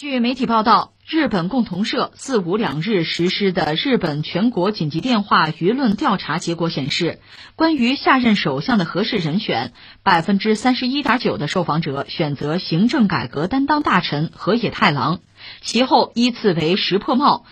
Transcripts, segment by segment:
据媒体报道，日本共同社4、5两日实施的日本全国紧急电话舆论调查结果显示，关于下任首相的合适人选，31.9%的受访者选择行政改革担当大臣河野太郎，其后依次为石破茂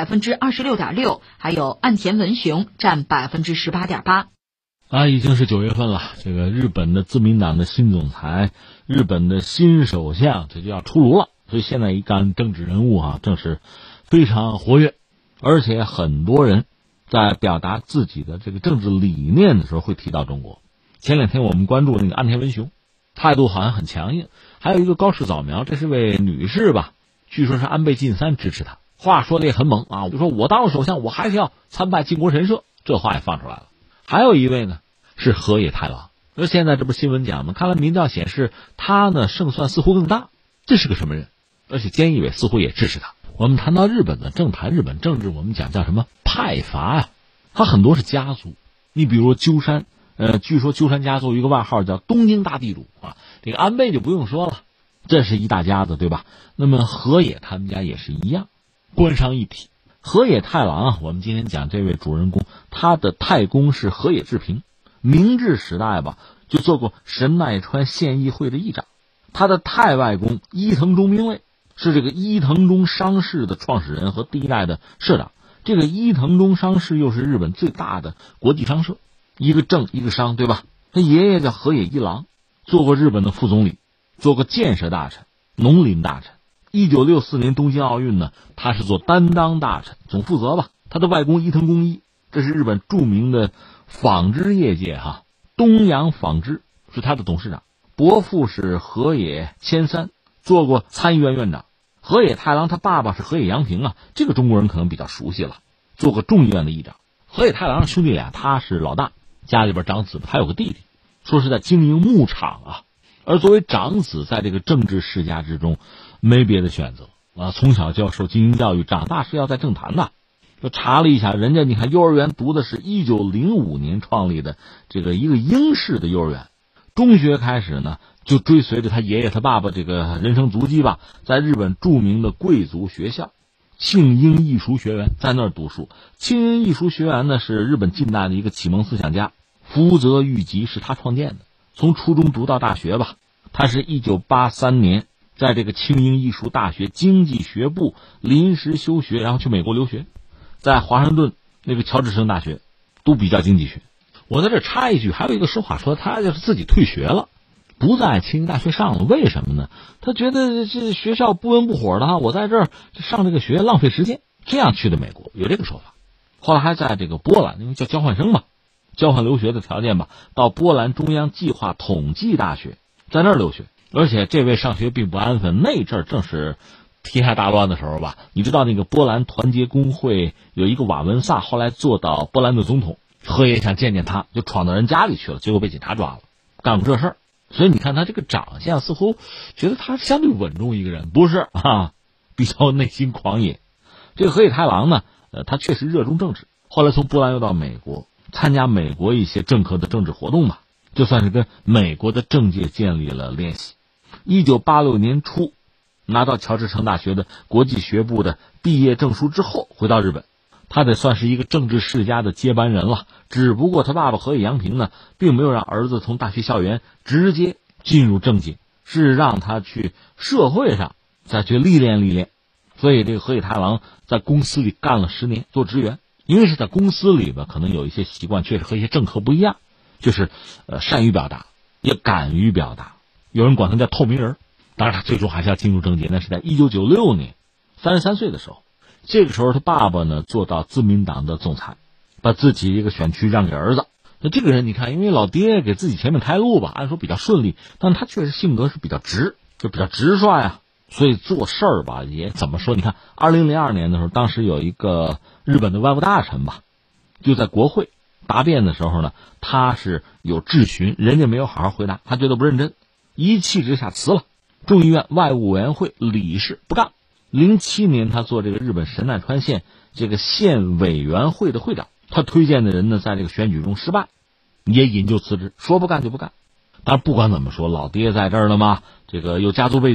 26.6%，还有岸田文雄占18.8%。 已经是9月份了，这个日本的自民党的新总裁，日本的新首相，这就要出炉了。所以现在一干政治人物正是非常活跃，而且很多人在表达自己的这个政治理念的时候会提到中国。前2天我们关注那个岸田文雄，态度好像很强硬。还有一个高市早苗，这是位女士吧，据说是安倍晋三支持她，话说的也很猛就说我当了首相，我还是要参拜靖国神社，这话也放出来了。还有一位呢是河野太郎，那现在这不是新闻讲吗？看来民调显示他呢胜算似乎更大，这是个什么人？而且菅义伟似乎也支持他。我们谈到日本的政坛、日本政治，我们讲叫什么派阀它很多是家族。你比如鸠山，据说鸠山家族有一个外号叫东京大地主这个安倍就不用说了，这是一大家子，对吧？那么河野他们家也是一样，官商一体。河野太郎我们今天讲这位主人公，他的太公是河野治平，明治时代吧就做过神奈川县议会的议长。他的太外公伊藤忠兵卫是这个伊藤忠商事的创始人和第一代的社长。这个伊藤忠商事又是日本最大的国际商社，一个政一个商，对吧？他爷爷叫河野一郎，做过日本的副总理，做过建设大臣、农林大臣。1964年东京奥运呢，他是做担当大臣，总负责吧。他的外公伊藤公一，这是日本著名的纺织业界东洋纺织是他的董事长。伯父是河野千三，做过参议院院长。河野太郎他爸爸是河野洋平这个中国人可能比较熟悉了，做过众议院的议长。河野太郎兄弟俩，他是老大，家里边长子，他有个弟弟，说是在经营牧场而作为长子，在这个政治世家之中没别的选择从小就要受精英教育，长大是要在政坛的。就查了一下，人家你看幼儿园读的是1905年创立的这个一个英式的幼儿园，中学开始呢就追随着他爷爷他爸爸这个人生足迹吧，在日本著名的贵族学校庆应艺术学园在那儿读书。庆应艺术学园呢是日本近代的一个启蒙思想家，福泽谕吉是他创建的。从初中读到大学吧，他是1983年在这个庆应艺术大学经济学部临时休学，然后去美国留学，在华盛顿那个乔治城大学读比较经济学。我在这插一句，还有一个说法说他就是自己退学了，不在庆应大学上了。为什么呢？他觉得这学校不温不火的我在这儿上这个学浪费时间，这样去的美国，有这个说法。后来还在这个波兰，因为叫交换生嘛，交换留学的条件吧，到波兰中央计划统计大学，在那儿留学。而且这位上学并不安分，那阵儿正是天下大乱的时候吧。你知道那个波兰团结工会有一个瓦文萨，后来做到波兰的总统，河野想见见他，就闯到人家里去了，结果被警察抓了，干过这事儿。所以你看他这个长相，似乎觉得他相对稳重一个人，不是比较内心狂野。这个河野太郎呢，他确实热衷政治，后来从波兰又到美国，参加美国一些政客的政治活动吧，就算是跟美国的政界建立了联系。1986年初拿到乔治城大学的国际学部的毕业证书之后，回到日本，他得算是一个政治世家的接班人了。只不过他爸爸河野洋平呢，并没有让儿子从大学校园直接进入政界，是让他去社会上再去历练历练。所以这个河野太郎在公司里干了10年做职员，因为是在公司里吧，可能有一些习惯确实和一些政客不一样，就是善于表达，也敢于表达，有人管他叫透明人。当然他最终还是要进入政界，那是在1996年33岁的时候。这个时候他爸爸呢做到自民党的总裁，把自己一个选区让给儿子。那这个人你看，因为老爹给自己前面开路吧，按说比较顺利，但他确实性格是比较直，就比较直率所以做事儿吧也怎么说，你看2002年的时候，当时有一个日本的外务大臣吧，就在国会答辩的时候呢，他是有质询，人家没有好好回答，他觉得不认真，一气之下辞了众议院外务委员会理事，不干。07年他做这个日本神奈川县这个县委员会的会长，他推荐的人呢在这个选举中失败，也引咎辞职，说不干就不干。但不管怎么说，老爹在这儿了嘛，这个有家族背景，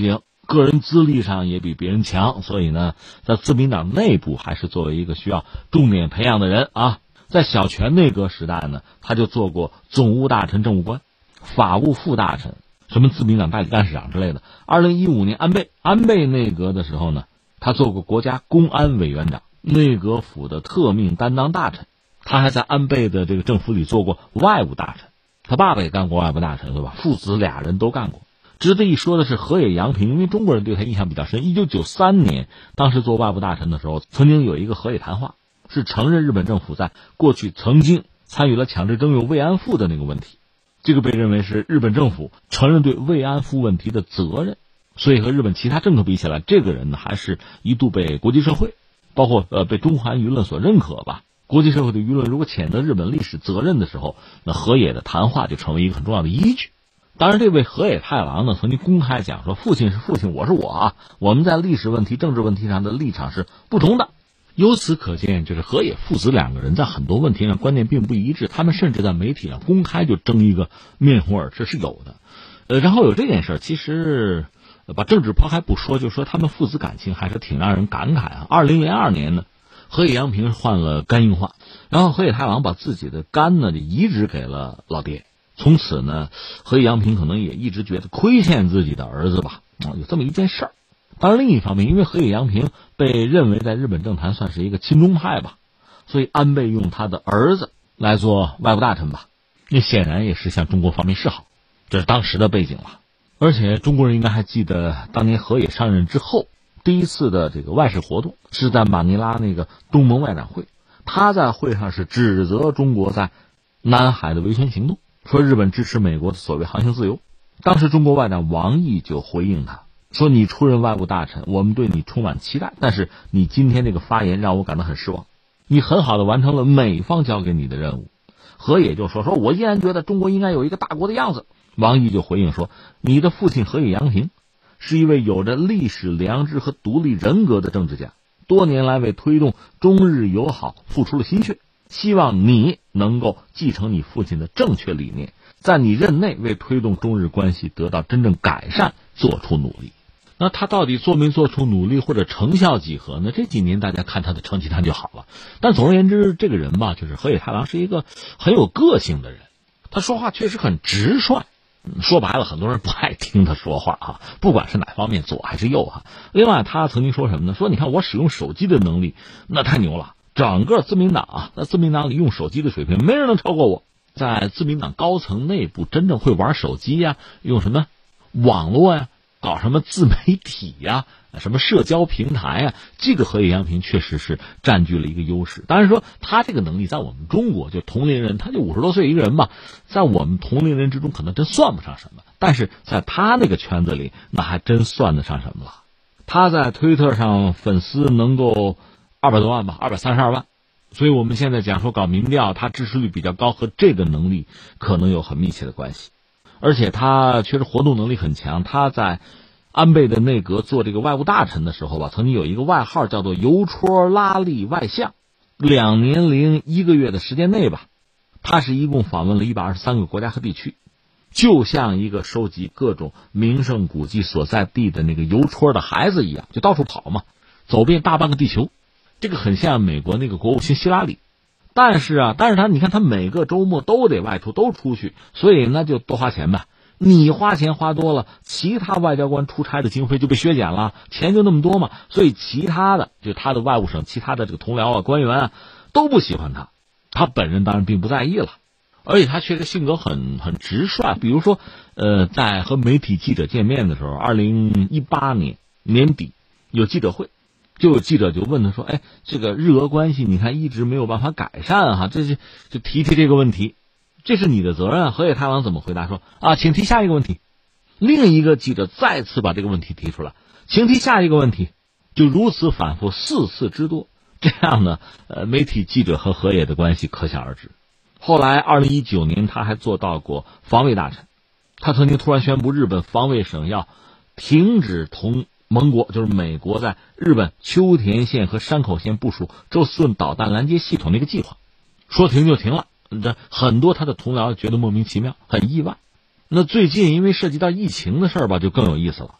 个人资历上也比别人强，所以呢，在自民党内部还是作为一个需要重点培养的人啊。在小泉内阁时代呢，他就做过总务大臣、政务官、法务副大臣，什么自民党代理干事长之类的。2015年安倍内阁的时候呢，他做过国家公安委员长、内阁府的特命担当大臣。他还在安倍的这个政府里做过外务大臣，他爸爸也干过外务大臣，对吧？父子俩人都干过。值得一说的是河野洋平，因为中国人对他印象比较深。1993年，当时做外务大臣的时候，曾经有一个河野谈话，是承认日本政府在过去曾经参与了强制征用慰安妇的那个问题，这个被认为是日本政府承认对慰安妇问题的责任。所以和日本其他政客比起来，这个人呢还是一度被国际社会，包括被中韩舆论所认可吧。国际社会的舆论如果谴责日本历史责任的时候，那河野的谈话就成为一个很重要的依据。当然，这位河野太郎呢，曾经公开讲说，父亲是父亲，我是我啊，我们在历史问题、政治问题上的立场是不同的。由此可见，就是河野父子两个人在很多问题上观念并不一致，他们甚至在媒体上公开就争一个面红耳赤，是有的。然后有这件事，其实把政治抛开不说，就说他们父子感情还是挺让人感慨啊。2002年呢，河野洋平患了肝硬化，然后河野太郎把自己的肝呢就移植给了老爹。从此呢，河野洋平可能也一直觉得亏欠自己的儿子吧，有这么一件事儿。当然另一方面，因为河野洋平被认为在日本政坛算是一个亲中派吧，所以安倍用他的儿子来做外务大臣吧，那显然也是向中国方面示好，这是当时的背景了。而且中国人应该还记得，当年河野上任之后，第一次的这个外事活动是在马尼拉那个东盟外长会，他在会上是指责中国在南海的维权行动，说日本支持美国的所谓航行自由。当时中国外长王毅就回应他说，你出任外务大臣，我们对你充满期待，但是你今天这个发言让我感到很失望，你很好的完成了美方交给你的任务。河野就说我依然觉得中国应该有一个大国的样子。王毅就回应说，你的父亲河野洋平是一位有着历史良知和独立人格的政治家，多年来为推动中日友好付出了心血，希望你能够继承你父亲的正确理念，在你任内为推动中日关系得到真正改善做出努力。那他到底做没做出努力，或者成效几何呢？这几年大家看他的成绩单就好了。但总而言之，这个人吧，就是河野太郎是一个很有个性的人，他说话确实很直率。说白了，很多人不爱听他说话啊，不管是哪方面，左还是右啊。另外，他曾经说什么呢？说你看我使用手机的能力，那太牛了。整个自民党啊，在自民党里用手机的水平，没人能超过我。在自民党高层内部，真正会玩手机呀，用什么网络呀，搞什么自媒体呀，什么社交平台呀，这个河野洋平确实是占据了一个优势。当然说他这个能力在我们中国就同龄人，他就50多岁一个人吧，在我们同龄人之中可能真算不上什么，但是在他那个圈子里，那还真算得上什么了。他在推特上粉丝能够200多万吧，232万。所以我们现在讲说搞民调，他支持率比较高，和这个能力可能有很密切的关系。而且他确实活动能力很强，他在安倍的内阁做这个外务大臣的时候吧，曾经有一个外号叫做邮戳拉力外相。2年零1个月的时间内吧，他是一共访问了123个国家和地区，就像一个收集各种名胜古迹所在地的那个邮戳的孩子一样，就到处跑嘛，走遍大半个地球。这个很像美国那个国务卿希拉里。但是他你看他每个周末都得外出，都出去，所以那就多花钱吧。你花钱花多了，其他外交官出差的经费就被削减了，钱就那么多嘛，所以其他的就他的外务省其他的这个同僚啊官员啊都不喜欢他。他本人当然并不在意了，而且他确实性格很直率。比如说在和媒体记者见面的时候，2018年年底有记者会，就有记者就问他说，这个日俄关系你看一直没有办法改善哈，就提这个问题，这是你的责任。河野太郎怎么回答说请提下一个问题。另一个记者再次把这个问题提出来，请提下一个问题，就如此反复4次之多。这样呢媒体记者和河野的关系可想而知。后来2019年他还做到过防卫大臣，他曾经突然宣布日本防卫省要停止同盟国，就是美国在日本秋田县和山口县部署宙斯盾导弹拦截系统的一个计划，说停就停了。这很多他的同僚觉得莫名其妙，很意外。那最近因为涉及到疫情的事儿吧，就更有意思了。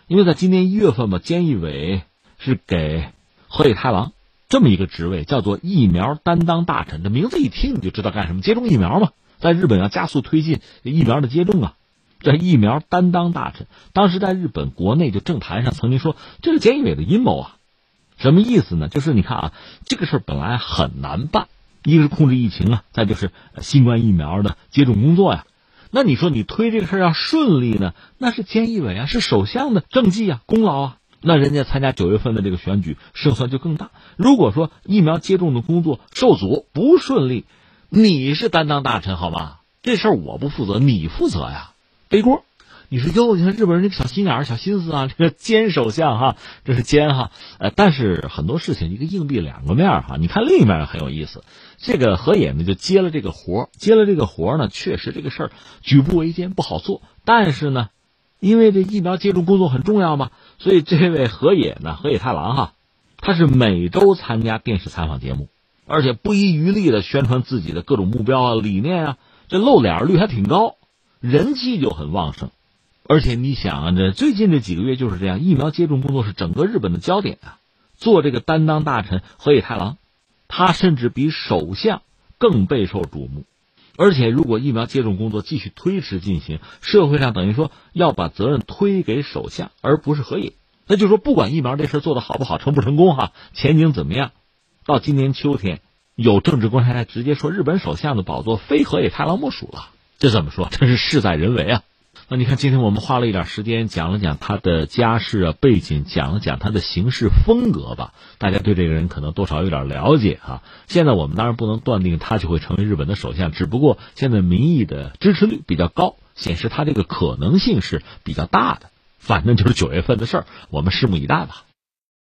因为在今年1月份吧，菅义伟是给河野太郎这么一个职位，叫做疫苗担当大臣。这名字一听你就知道干什么，接种疫苗嘛，在日本要加速推进疫苗的接种啊。这疫苗担当大臣，当时在日本国内就政坛上曾经说这是菅义伟的阴谋啊。什么意思呢？就是你看啊，这个事儿本来很难办，一个是控制疫情啊，再就是新冠疫苗的接种工作呀。那你说你推这个事儿要顺利呢，那是菅义伟啊，是首相的政绩啊，功劳啊。那人家参加9月份的这个选举，胜算就更大。如果说疫苗接种的工作受阻不顺利，你是担当大臣好吗？这事儿我不负责，你负责呀，背锅。你说哟，你看日本人这个小心眼儿、小心思啊，这个菅首相哈，这是菅哈。但是很多事情一个硬币两个面哈。你看另一面很有意思，这个河野呢就接了这个活呢，确实这个事儿举步维艰，不好做。但是呢，因为这疫苗接种工作很重要嘛，所以这位河野太郎哈，他是每周参加电视采访节目，而且不遗余力的宣传自己的各种目标啊、理念啊，这露脸率还挺高，人气就很旺盛。而且你想啊，这最近这几个月就是这样，疫苗接种工作是整个日本的焦点啊。做这个担当大臣河野太郎，他甚至比首相更备受瞩目。而且如果疫苗接种工作继续推迟进行，社会上等于说要把责任推给首相，而不是河野。那就是说不管疫苗这事做得好不好，成不成功哈，前景怎么样，到今年秋天有政治观察家直接说日本首相的宝座非河野太郎莫属了。这怎么说？真是事在人为啊。那你看今天我们花了一点时间讲了讲他的家世啊背景，讲了讲他的行事风格吧，大家对这个人可能多少有点了解啊。现在我们当然不能断定他就会成为日本的首相，只不过现在民意的支持率比较高，显示他这个可能性是比较大的。反正就是9月份的事儿，我们拭目以待吧。